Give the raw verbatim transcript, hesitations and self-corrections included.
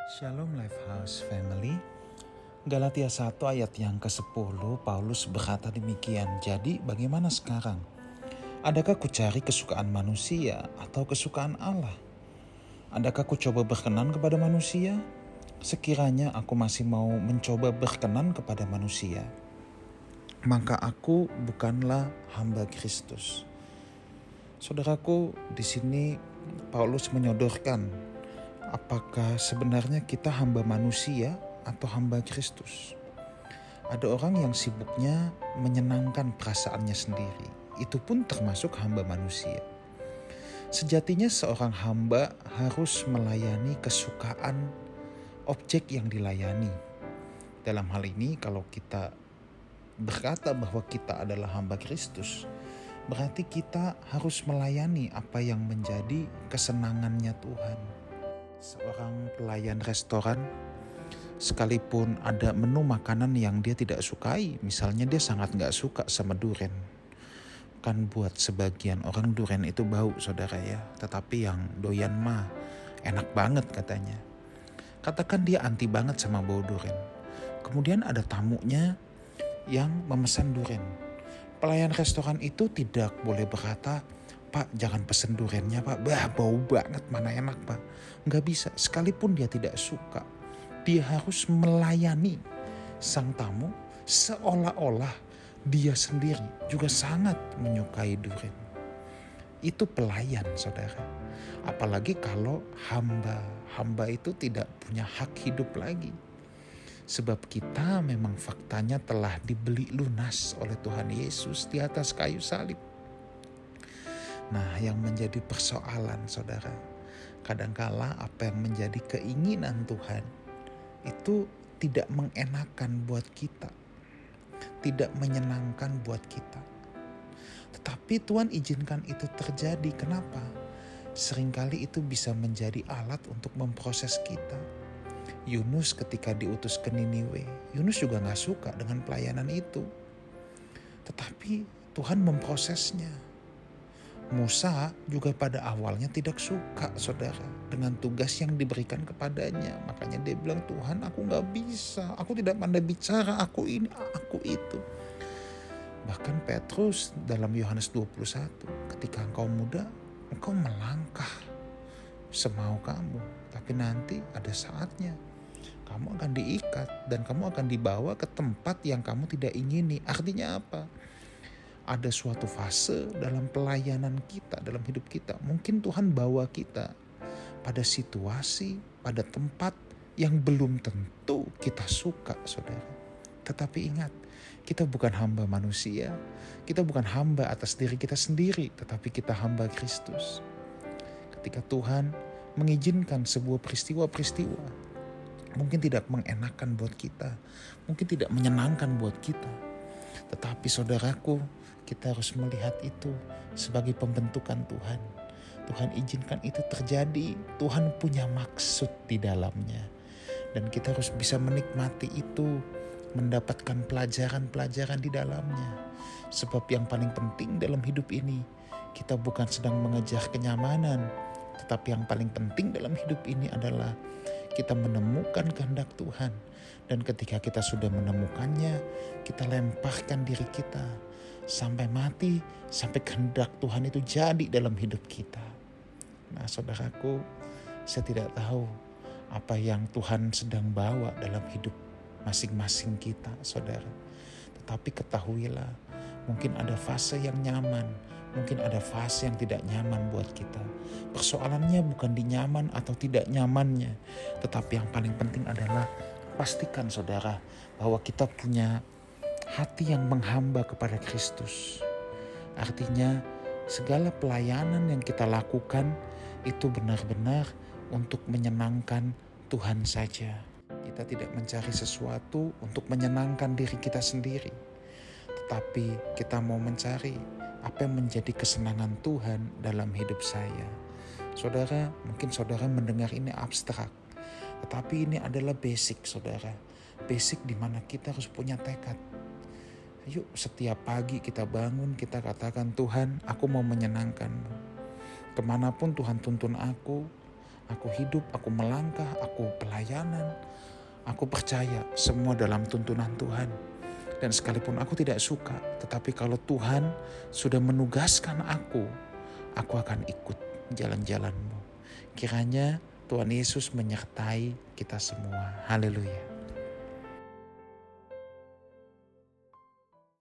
Shalom Lifehouse Family. Galatia satu ayat yang kesepuluh, Paulus berkata demikian. Jadi bagaimana sekarang? Adakah ku cari kesukaan manusia atau kesukaan Allah? Adakah ku coba berkenan kepada manusia? Sekiranya aku masih mau mencoba berkenan kepada manusia, maka aku bukanlah hamba Kristus. Saudaraku, di sini Paulus menyodorkan apakah sebenarnya kita hamba manusia atau hamba Kristus. Ada orang yang sibuknya menyenangkan perasaannya sendiri. Itu pun termasuk hamba manusia. Sejatinya seorang hamba harus melayani kesukaan objek yang dilayani. Dalam hal ini kalau kita berkata bahwa kita adalah hamba Kristus, berarti kita harus melayani apa yang menjadi kesenangannya Tuhan. Seorang pelayan restoran, sekalipun ada menu makanan yang dia tidak sukai, misalnya dia sangat gak suka sama durian. Kan buat sebagian orang durian itu bau, saudara ya. Tetapi yang doyan mah enak banget katanya. Katakan dia anti banget sama bau durian. Kemudian ada tamunya yang memesan durian. Pelayan restoran itu tidak boleh berkata, "Pak, jangan pesen duriannya Pak, bah bau banget, mana enak Pak." Nggak bisa, sekalipun dia tidak suka. Dia harus melayani sang tamu seolah-olah dia sendiri juga sangat menyukai durian. Itu pelayan, saudara. Apalagi kalau hamba, hamba itu tidak punya hak hidup lagi. Sebab kita memang faktanya telah dibeli lunas oleh Tuhan Yesus di atas kayu salib. Nah, yang menjadi persoalan, saudara, kadangkala apa yang menjadi keinginan Tuhan itu tidak mengenakan buat kita, tidak menyenangkan buat kita. Tetapi Tuhan izinkan itu terjadi. Kenapa? Seringkali itu bisa menjadi alat untuk memproses kita. Yunus ketika diutus ke Niniwe, Yunus juga gak suka dengan pelayanan itu. Tetapi Tuhan memprosesnya. Musa juga pada awalnya tidak suka, saudara, dengan tugas yang diberikan kepadanya. Makanya dia bilang, "Tuhan, aku gak bisa, aku tidak pandai bicara, aku ini, aku itu." Bahkan Petrus dalam Yohanes dua puluh satu, "Ketika engkau muda, engkau melangkah semau kamu, tapi nanti ada saatnya kamu akan diikat dan kamu akan dibawa ke tempat yang kamu tidak ingini." Artinya apa? Ada suatu fase dalam pelayanan kita, dalam hidup kita. Mungkin Tuhan bawa kita pada situasi, pada tempat yang belum tentu kita suka, saudara. Tetapi ingat, kita bukan hamba manusia. Kita bukan hamba atas diri kita sendiri, tetapi kita hamba Kristus. Ketika Tuhan mengizinkan sebuah peristiwa-peristiwa, mungkin tidak mengenakan buat kita, mungkin tidak menyenangkan buat kita. Tetapi saudaraku, kita harus melihat itu sebagai pembentukan Tuhan. Tuhan izinkan itu terjadi. Tuhan punya maksud di dalamnya. Dan kita harus bisa menikmati itu, mendapatkan pelajaran-pelajaran di dalamnya. Sebab yang paling penting dalam hidup ini, kita bukan sedang mengejar kenyamanan. Tetapi yang paling penting dalam hidup ini adalah kita menemukan kehendak Tuhan. Dan ketika kita sudah menemukannya, kita lemparkan diri kita sampai mati, sampai kehendak Tuhan itu jadi dalam hidup kita. Nah, saudaraku, saya tidak tahu apa yang Tuhan sedang bawa dalam hidup masing-masing kita, saudara. Tetapi ketahuilah, mungkin ada fase yang nyaman, mungkin ada fase yang tidak nyaman buat kita. Persoalannya bukan di nyaman atau tidak nyamannya, tetapi yang paling penting adalah pastikan, saudara, bahwa kita punya hati yang menghamba kepada Kristus. Artinya segala pelayanan yang kita lakukan itu benar-benar untuk menyenangkan Tuhan saja. Kita tidak mencari sesuatu untuk menyenangkan diri kita sendiri, tetapi kita mau mencari apa yang menjadi kesenangan Tuhan dalam hidup saya. Saudara, mungkin saudara mendengar ini abstrak, tetapi ini adalah basic, saudara. Basic di mana kita harus punya tekad. Yuk, setiap pagi kita bangun, kita katakan, "Tuhan, aku mau menyenangkan-Mu. Kemanapun Tuhan tuntun aku, aku hidup, aku melangkah, aku pelayanan. Aku percaya semua dalam tuntunan Tuhan. Dan sekalipun aku tidak suka, tetapi kalau Tuhan sudah menugaskan aku, aku akan ikut jalan-jalan-Mu. Kiranya Tuhan Yesus menyertai kita semua. Haleluya.